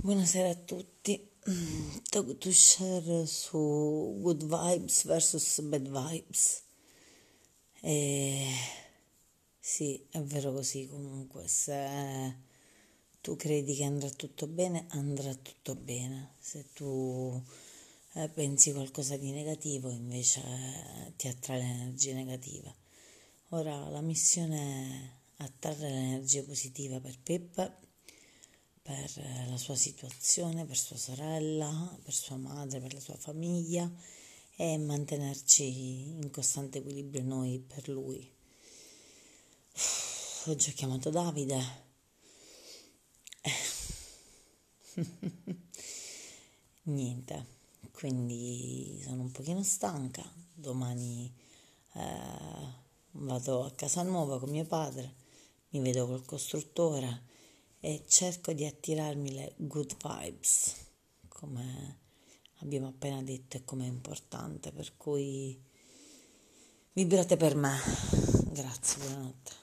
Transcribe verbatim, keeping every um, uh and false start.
Buonasera a tutti. Talk to share su good vibes versus bad vibes. E sì, è vero così comunque. Se tu credi che andrà tutto bene, andrà tutto bene. Se tu eh, pensi qualcosa di negativo, invece eh, ti attrae l'energia negativa. Ora la missione è attrarre l'energia positiva per Pippa, per la sua situazione, per sua sorella, per sua madre, per la sua famiglia e mantenerci in costante equilibrio noi per lui. Oggi ho chiamato Davide. Niente, quindi sono un pochino stanca. Domani eh, vado a casa nuova con mio padre, mi vedo col costruttore e cerco di attirarmi le good vibes, come abbiamo appena detto e come è importante, per cui vibrate per me. Grazie, buonanotte.